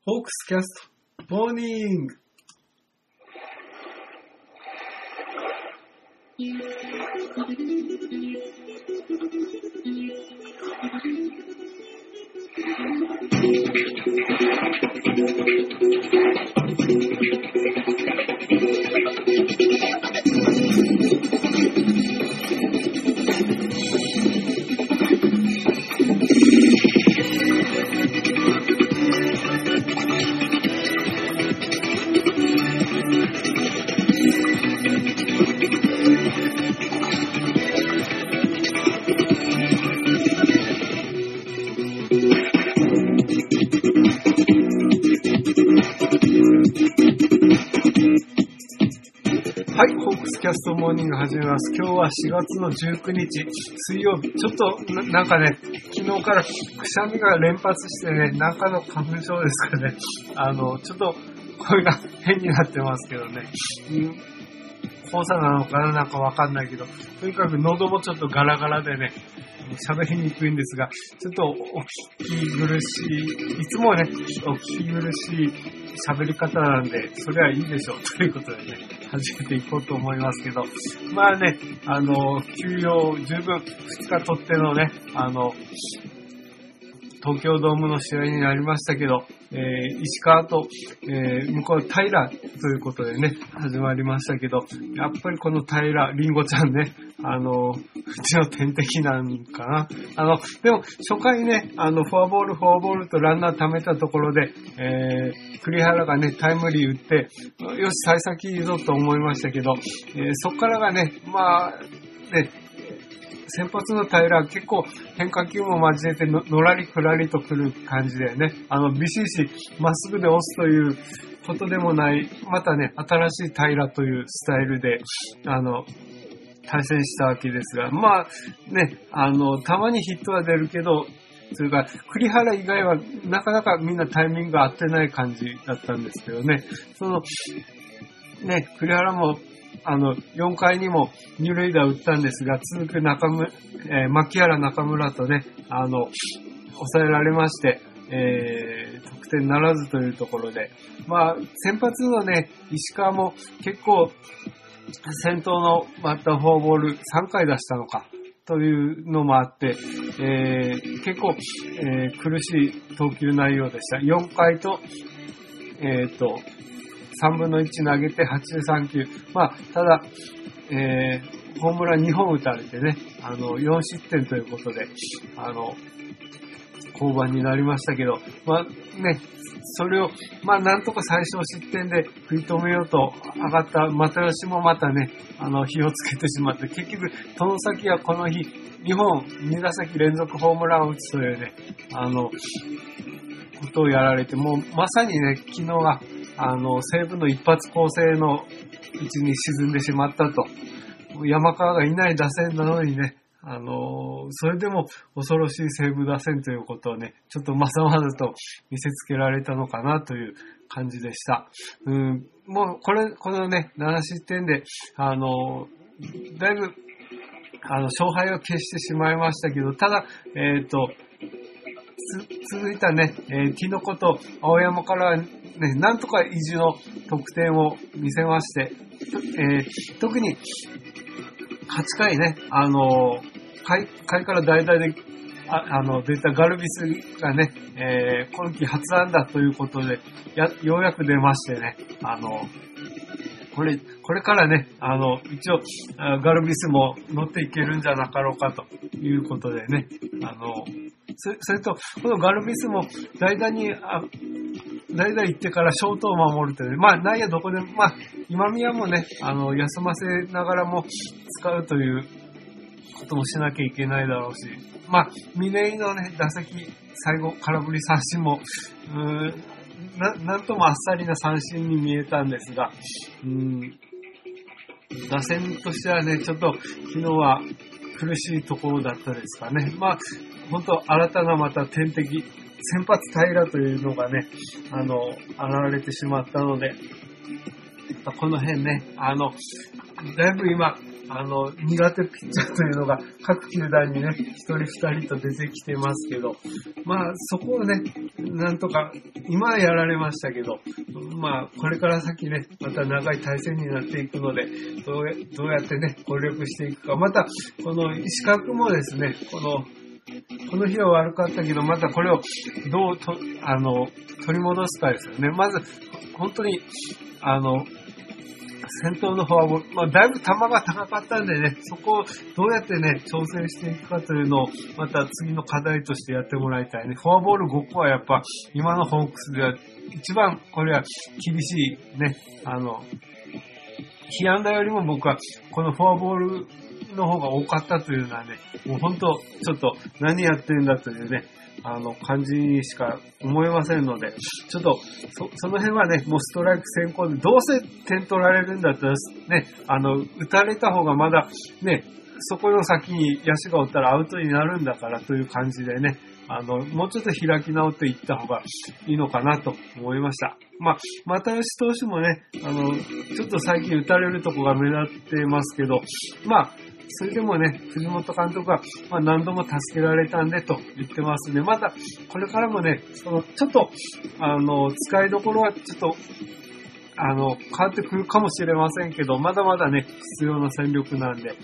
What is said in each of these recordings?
ホークスキャストモーニング。はい、ホークスキャストモーニング始めます。今日は4月の19日水曜日。ちょっとなんかね、昨日からくしゃみが連発してね、なんかの花粉症ですかね。ちょっと声が変になってますけどね。黄砂なのかな、なんかわかんないけど、とにかく喉もちょっとガラガラでね、喋りにくいんですが、ちょっとお聞き苦しい、いつもね、お聞き苦しい喋り方なんで、それはいいでしょうということでね、始めていこうと思いますけど、まあね、休養十分2日取ってのね、東京ドームの試合になりましたけど、石川と、向こう平ということでね、始まりましたけど、やっぱりこの平、りんごちゃんね、うちの天敵なんかな。でも、初回ね、フォアボールとランナー貯めたところで、栗原がね、タイムリー打って、よし、幸先いいぞと思いましたけど、そこからがね、まあ、ね、先発の平結構変化球も交えてのらりくらりと来る感じでね、ビシビシまっすぐで押すということでもない、またね、新しい平というスタイルで、対戦したわけですが、まあね、たまにヒットは出るけど、それから栗原以外はなかなかみんなタイミングが合ってない感じだったんですけどね、栗原も4回にも二塁打打ったんですが、続く牧原中村とね、抑えられまして、得点ならずというところで、まあ、先発のね、石川も結構、先頭のバッターフォアボール3回出したのか、というのもあって、結構、苦しい投球内容でした。4回と、3分の1投げて83球。まあ、ただ、ホームラン2本打たれてね、4失点ということで、降板になりましたけど、まあね、それを、まあなんとか最小失点で食い止めようと上がった又吉もまたね、火をつけてしまって、結局、外崎はこの日、2打席連続ホームランを打つというね、ことをやられて、もうまさにね、昨日は、西武の一発攻勢の位置に沈んでしまったと。山川がいない打線なのにね、それでも恐ろしい西武打線ということをね、ちょっとまざまざと見せつけられたのかなという感じでした。もうこのね、7失点で、だいぶ、勝敗を消してしまいましたけど、ただ、続いたね、キノコと青山からね、なんとか意地の得点を見せまして、特に8回ね、下位から代打で出たガルビスがね、今季初安打ということで、ようやく出ましてね、これからね、一応、ガルビスも乗っていけるんじゃなかろうかということでね、それと、このガルビスも代打行ってからショートを守るという、まあ、内野どこでも、まあ、今宮もね、休ませながらも使うということもしなきゃいけないだろうし、まあ、峰井のね、打席、最後、空振り三振も、なんともあっさりな三振に見えたんですが、打線としてはね、ちょっと昨日は苦しいところだったですかね。まあ、本当新たなまた天敵、先発平というのがね、現れてしまったので、この辺ね、だいぶ今、 苦手ピッチャーというのが各球団にね、一人二人と出てきてますけど、まあそこをね、なんとか、今はやられましたけど、まあこれから先ね、また長い対戦になっていくので、どうやってね、攻略していくか。また、この石川君もですね、この日は悪かったけど、またこれをどう取り戻すかですよね。まず、本当に、先頭のフォアボール、まあ、だいぶ球が高かったんでね、そこをどうやってね、調整していくかというのを、また次の課題としてやってもらいたいね。フォアボール5個はやっぱ、今のホークスでは一番これは厳しいね、被安打よりも僕はこのフォアボールの方が多かったというのはね、もう本当、ちょっと何やってんだというね、感じにしか思えませんので、ちょっと、その辺はね、もうストライク先行で、どうせ点取られるんだったら、ね、打たれた方がまだ、ね、そこの先に野手がおったらアウトになるんだからという感じでね、もうちょっと開き直っていった方がいいのかなと思いました。まあ、又吉投手もね、ちょっと最近打たれるとこが目立ってますけど、まあ、それでもね、藤本監督は、まあ、何度も助けられたんでと言ってますね。また、これからもね、ちょっと、使いどころはちょっと、変わってくるかもしれませんけど、まだまだね、必要な戦力なんで、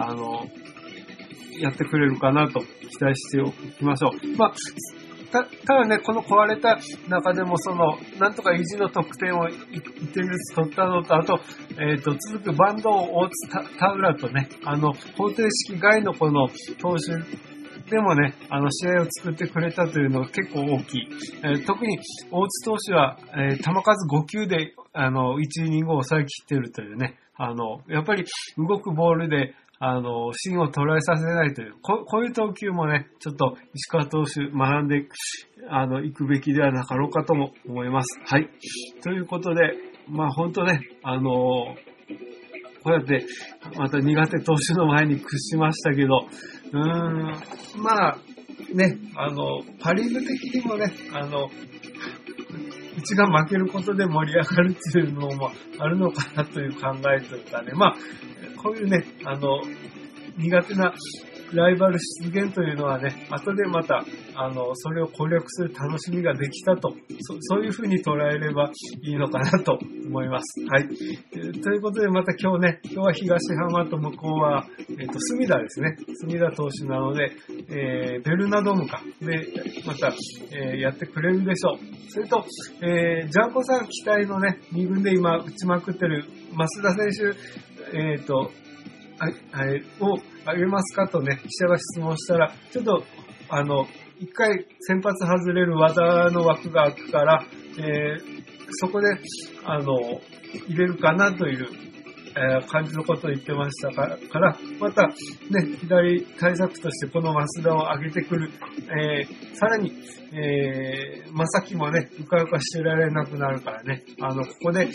やってくれるかなと期待しておきましょう。まあ、ただね、この壊れた中でもなんとか意地の得点を1点ずつ取ったのと、あと、続くバンドを大津田浦とね、方程式外のこの投手でもね、試合を作ってくれたというのが結構大きい。特に大津投手は、球数5球で、1イニングを抑え切っているというね、やっぱり動くボールで、芯を捉えさせないという、こういう投球もね、ちょっと石川投手学んで、いくべきではなかろうかとも思います。はい。ということで、まあ本当ね、こうやって、また苦手投手の前に屈しましたけど、まあ、ね、パリーグ的にもね、うちが負けることで盛り上がるっていうのもあるのかなという考えというかね、まあ、こういうね、苦手なライバル出現というのはね、後でまた、それを攻略する楽しみができたと、そういうふうに捉えればいいのかなと思います。はい。ということで、また今日は東浜と向こうは、隅田ですね。隅田投手なので、ベルナドームか。で、また、やってくれるでしょう。それと、ジャンコさん期待のね、2軍で今打ちまくってる増田選手、をあげますかとね、記者が質問したら、ちょっと、一回先発外れる和田の枠が空くから、そこで、入れるかなという、感じのことを言ってましたから、また、ね、左対策としてこの増田を上げてくる、さらに、正木もね、うかうかしてられなくなるからね、ここで、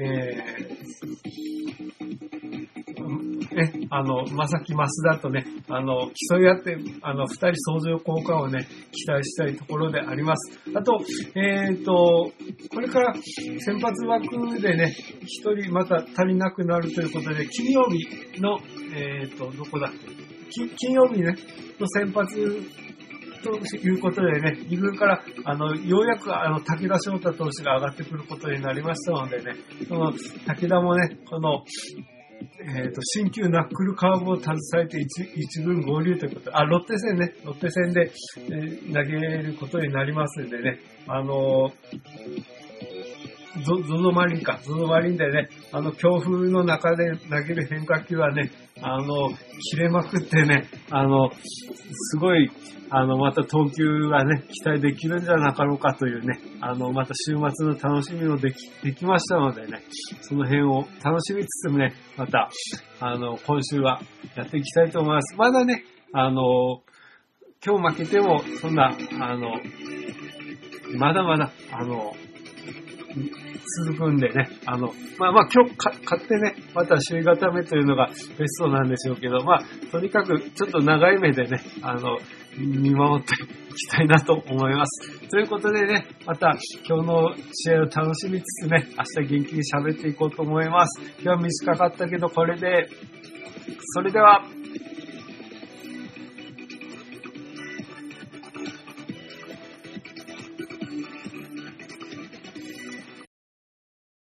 正木、増田とね、競い合って、二人相乗効果をね、期待したいところであります。あと、これから先発枠でね、一人また足りなくなるということで、金曜日の、どこだっけ？金曜日ね、の先発ということでね、2軍から、ようやく、武田翔太投手が上がってくることになりましたのでね、その、武田もね、この、新旧ナックルカーブを携えて一軍合流ということで、ロッテ戦で、投げることになりますんでね、ゾゾマリンでね、強風の中で投げる変化球はね、切れまくってね、すごい、また投球がね、期待できるんじゃなかろうかというね、また週末の楽しみもできましたのでね、その辺を楽しみつつもね、また、今週はやっていきたいと思います。まだね、今日負けても、そんな、まだまだ、続くんでね、まあ今日勝ってね、また首位固めというのがベストなんでしょうけど、まあ、とにかくちょっと長い目でね、見守っていきたいなと思います。ということでね、また今日の試合を楽しみつつね、明日元気に喋っていこうと思います。今日は短かったけど、これでそれでは、